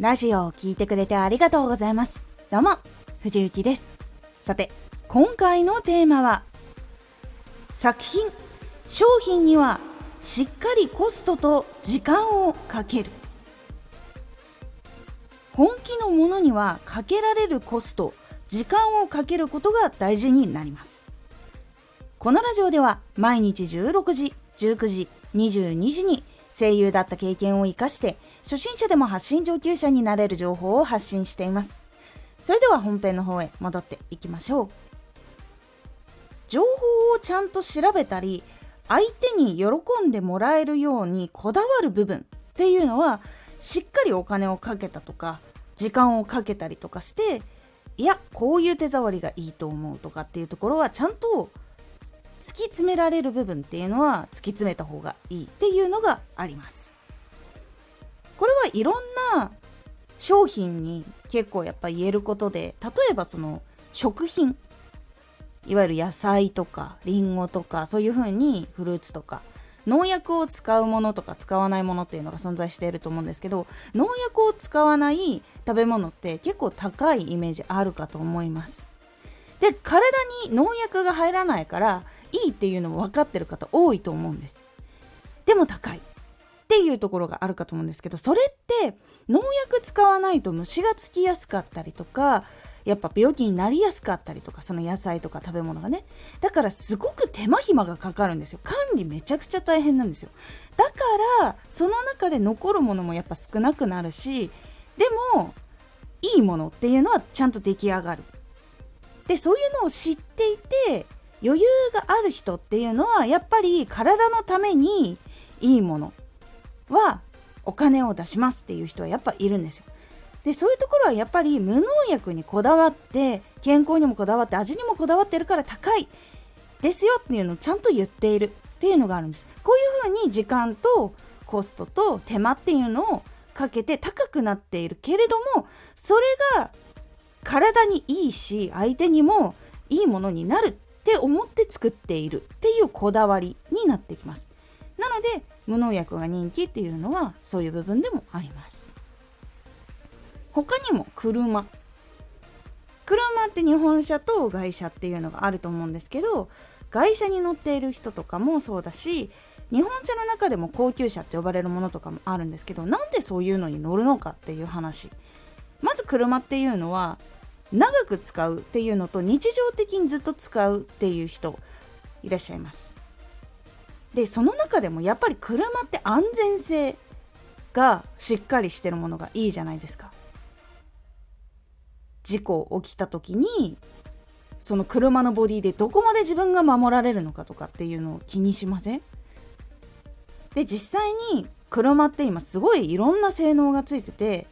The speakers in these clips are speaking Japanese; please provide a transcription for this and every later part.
ラジオを聞いてくれてありがとうございます。どうも、藤幸です。さて、今回のテーマは、作品、商品にはしっかりコストと時間をかける。本気のものにはかけられるコスト、時間をかけることが大事になります。このラジオでは毎日16時、19時、22時に声優だった経験を生かして初心者でも発信上級者になれる情報を発信しています。それでは本編の方へ戻っていきましょう。情報をちゃんと調べたり、相手に喜んでもらえるようにこだわる部分っていうのは、しっかりお金をかけたとか時間をかけたりとかして、いやこういう手触りがいいと思うとかっていうところはちゃんと突き詰められる部分っていうのは突き詰めた方がいいっていうのがあります。これはいろんな商品に結構やっぱ言えることで、例えばその食品、いわゆる野菜とかリンゴとか、そういう風にフルーツとか農薬を使うものとか使わないものっていうのが存在していると思うんですけど、農薬を使わない食べ物って結構高いイメージあるかと思います。で、体に農薬が入らないからいいっていうのも分かってる方多いと思うんです。でも高いっていうところがあるかと思うんですけど、それって農薬使わないと虫がつきやすかったりとか、やっぱ病気になりやすかったりとか、その野菜とか食べ物がね、だからすごく手間暇がかかるんですよ。管理めちゃくちゃ大変なんですよ。だからその中で残るものもやっぱ少なくなるし、でもいいものっていうのはちゃんと出来上がる。で、そういうのを知っていて余裕がある人っていうのは、やっぱり体のためにいいものはお金を出しますっていう人はやっぱいるんですよ。で、そういうところはやっぱり無農薬にこだわって、健康にもこだわって、味にもこだわってるから高いですよっていうのをちゃんと言っているっていうのがあるんです。こういうふうに時間とコストと手間っていうのをかけて高くなっているけれども、それが体にいいし相手にもいいものになるって思って作っているっていうこだわりになってきます。なので無農薬が人気っていうのはそういう部分でもあります。他にも車って日本車と外車っていうのがあると思うんですけど、外車に乗っている人とかもそうだし、日本車の中でも高級車って呼ばれるものとかもあるんですけど、なんでそういうのに乗るのかっていう話。まず車っていうのは長く使うっていうのと、日常的にずっと使うっていう人いらっしゃいます。で、その中でもやっぱり車って安全性がしっかりしてるものがいいじゃないですか。事故起きた時にその車のボディでどこまで自分が守られるのかとかっていうのを気にしません？で、実際に車って今すごいいろんな性能がついてて、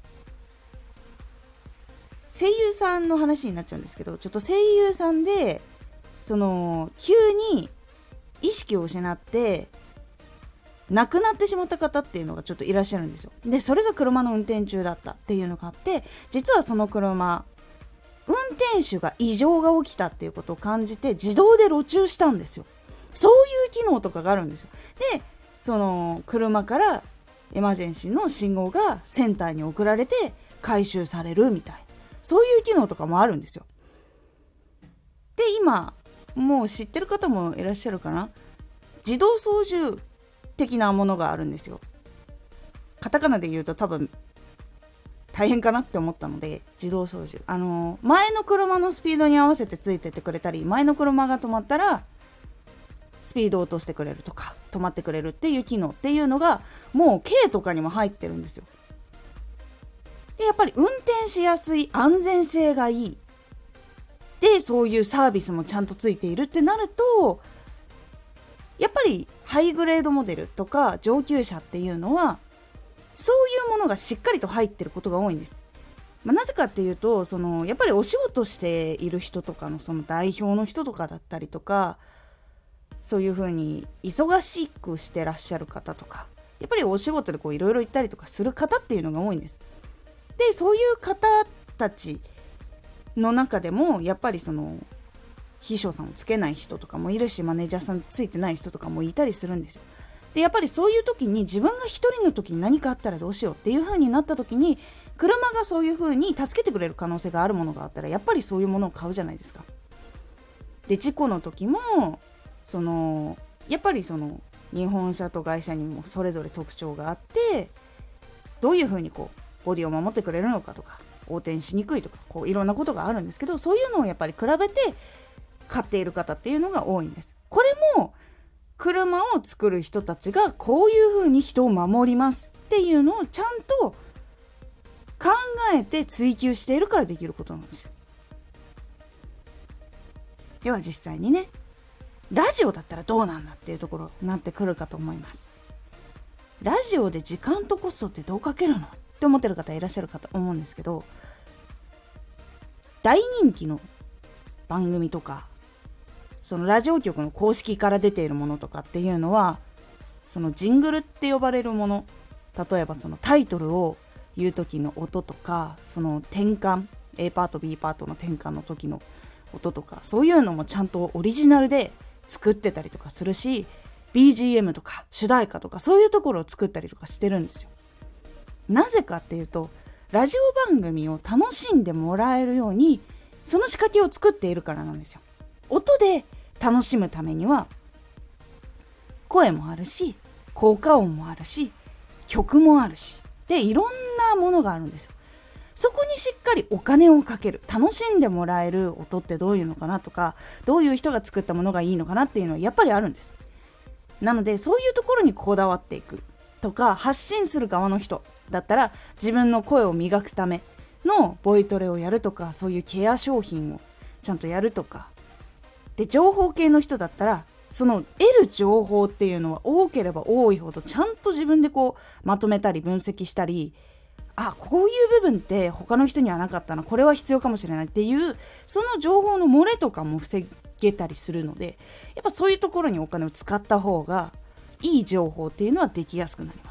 声優さんの話になっちゃうんですけど、ちょっと声優さんでその急に意識を失って亡くなってしまった方っていうのがちょっといらっしゃるんですよ。で、それが車の運転中だったっていうのがあって、実はその車、運転手が異常が起きたっていうことを感じて自動で路駐したんですよ。そういう機能とかがあるんですよ。で、その車からエマージェンシーの信号がセンターに送られて回収されるみたいな、そういう機能とかもあるんですよ。で、今もう知ってる方もいらっしゃるかな、自動操縦的なものがあるんですよ。カタカナで言うと多分大変かなって思ったので、自動操縦、前の車のスピードに合わせてついてってくれたり、前の車が止まったらスピードを落としてくれるとか止まってくれるっていう機能っていうのがもう軽とかにも入ってるんですよ。で、やっぱり運転しやすい、安全性がいいで、そういうサービスもちゃんとついているってなると、やっぱりハイグレードモデルとか上級車っていうのはそういうものがしっかりと入ってることが多いんです。なぜかっていうと、そのやっぱりお仕事している人とかのその代表の人とかだったりとか、そういう風に忙しくしてらっしゃる方とか、やっぱりお仕事でいろいろ行ったりとかする方っていうのが多いんです。で、そういう方たちの中でもやっぱりその秘書さんをつけない人とかもいるし、マネージャーさんついてない人とかもいたりするんですよ。で、やっぱりそういう時に自分が一人の時に何かあったらどうしようっていう風になった時に、 車がそういう風に助けてくれる可能性があるものがあったらやっぱりそういうものを買うじゃないですか。で事故の時もやっぱり日本車と外車にもそれぞれ特徴があって、どういう風にボディを守ってくれるのかとか、横転しにくいとかいろんなことがあるんですけど、そういうのをやっぱり比べて買っている方っていうのが多いんです。これも車を作る人たちがこういう風に人を守りますっていうのをちゃんと考えて追求しているからできることなんですよ。では実際にね、ラジオだったらどうなんだっていうところになってくるかと思います。ラジオで時間とコストってどうかけるのって思ってる方いらっしゃるかと思うんですけど、大人気の番組とかラジオ局の公式から出ているものとかっていうのは、ジングルって呼ばれるもの、例えばタイトルを言う時の音とか、転換 A パート B パートの転換の時の音とか、そういうのもちゃんとオリジナルで作ってたりとかするし、 BGM とか主題歌とかそういうところを作ったりとかしてるんですよ。なぜかっていうと、ラジオ番組を楽しんでもらえるようにその仕掛けを作っているからなんですよ。音で楽しむためには声もあるし、効果音もあるし、曲もあるしで、いろんなものがあるんですよ。そこにしっかりお金をかける、楽しんでもらえる音ってどういうのかなとか、どういう人が作ったものがいいのかなっていうのはやっぱりあるんです。なのでそういうところにこだわっていくとか、発信する側の人だったら自分の声を磨くためのボイトレをやるとか、そういうケア商品をちゃんとやるとかで、情報系の人だったら得る情報っていうのは多ければ多いほどちゃんと自分でまとめたり分析したり、こういう部分って他の人にはなかったな、これは必要かもしれないっていうその情報の漏れとかも防げたりするので、やっぱそういうところにお金を使った方がいい情報っていうのはできやすくなります。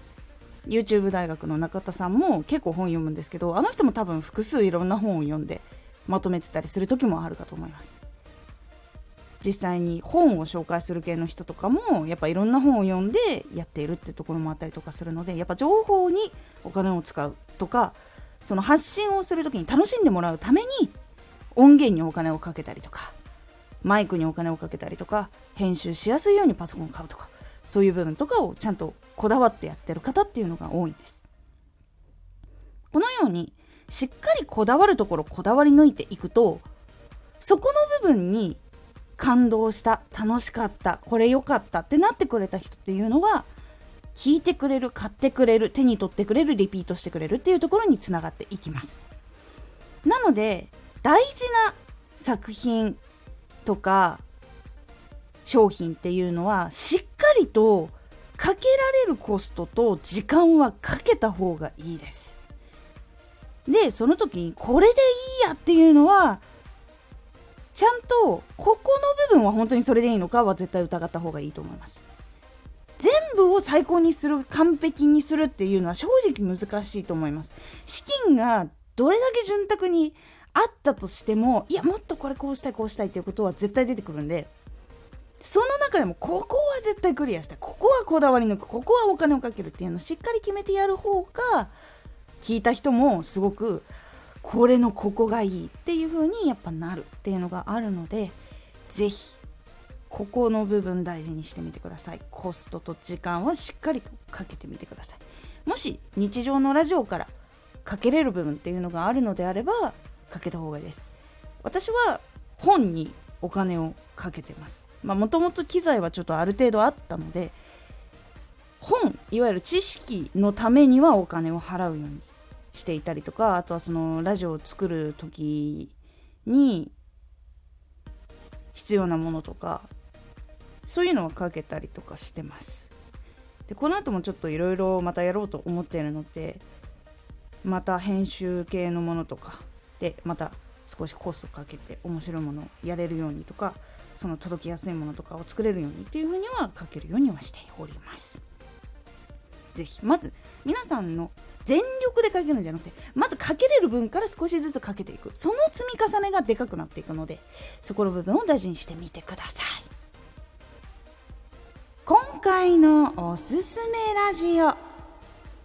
YouTube 大学の中田さんも結構本読むんですけど、あの人も多分複数いろんな本を読んでまとめてたりする時もあるかと思います。実際に本を紹介する系の人とかもやっぱいろんな本を読んでやっているってところもあったりとかするので、やっぱ情報にお金を使うとか、発信をするときに楽しんでもらうために音源にお金をかけたりとか、マイクにお金をかけたりとか、編集しやすいようにパソコンを買うとか、そういう部分とかをちゃんとこだわってやってる方っていうのが多いんです。このようにしっかりこだわるところこだわり抜いていくと、そこの部分に感動した、楽しかった、これ良かったってなってくれた人っていうのは、聞いてくれる、買ってくれる、手に取ってくれる、リピートしてくれるっていうところにつながっていきます。なので大事な作品とか商品っていうのはしっかりとかけられるコストと時間はかけた方がいいです。でその時にこれでいいやっていうのは、ちゃんとここの部分は本当にそれでいいのかは絶対疑った方がいいと思います。全部を最高にする、完璧にするっていうのは正直難しいと思います。資金がどれだけ潤沢にあったとしても、いやもっとこれこうしたいこうしたいっていうことは絶対出てくるんで、その中でもここは絶対クリアしたい、ここはこだわり抜く、ここはお金をかけるっていうのをしっかり決めてやる方が、聞いた人もすごくこれのここがいいっていう風にやっぱなるっていうのがあるので、ぜひここの部分大事にしてみてください。コストと時間はしっかりとかけてみてください。もし日常のラジオからかけれる部分っていうのがあるのであればかけた方がいいです。私は本にお金をかけてます。もともと機材はちょっとある程度あったので、本、いわゆる知識のためにはお金を払うようにしていたりとか、あとはそのラジオを作る時に必要なものとか、そういうのはかけたりとかしてます。でこの後もちょっといろいろまたやろうと思っているので、また編集系のものとかでまた少しコストかけて面白いものをやれるようにとか、その届きやすいものとかを作れるようにっていうふうにはかけるようにはしております。ぜひまず皆さんの全力でかけるんじゃなくて、まずかけれる分から少しずつかけていく、その積み重ねがでかくなっていくので、そこの部分を大事にしてみてください。今回のおすすめラジオ、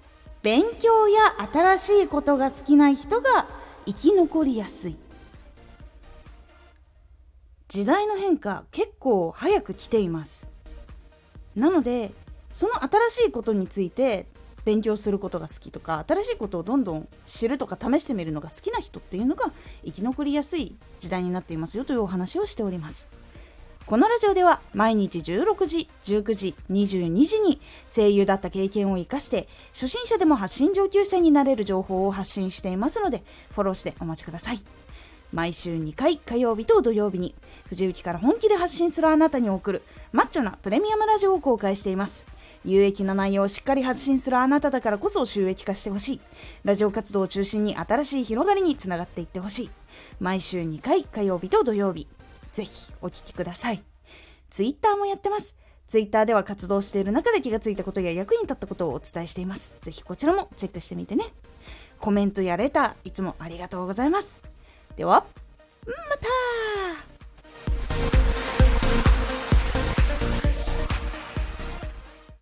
勉強や新しいことが好きな人が生き残りやすい。時代の変化結構早く来ています。なのでその新しいことについて勉強することが好きとか、新しいことをどんどん知るとか試してみるのが好きな人っていうのが生き残りやすい時代になっていますよというお話をしております。このラジオでは毎日16時、19時、22時に声優だった経験を生かして初心者でも発信上級者になれる情報を発信していますので、フォローしてお待ちください。毎週2回、火曜日と土曜日に藤雪から本気で発信するあなたに送るマッチョなプレミアムラジオを公開しています。有益な内容をしっかり発信するあなただからこそ収益化してほしい。ラジオ活動を中心に新しい広がりにつながっていってほしい。毎週2回、火曜日と土曜日、ぜひお聞きください。ツイッターもやってます。ツイッターでは活動している中で気がついたことや役に立ったことをお伝えしています。ぜひこちらもチェックしてみてね。コメントやレターいつもありがとうございます。ではまた。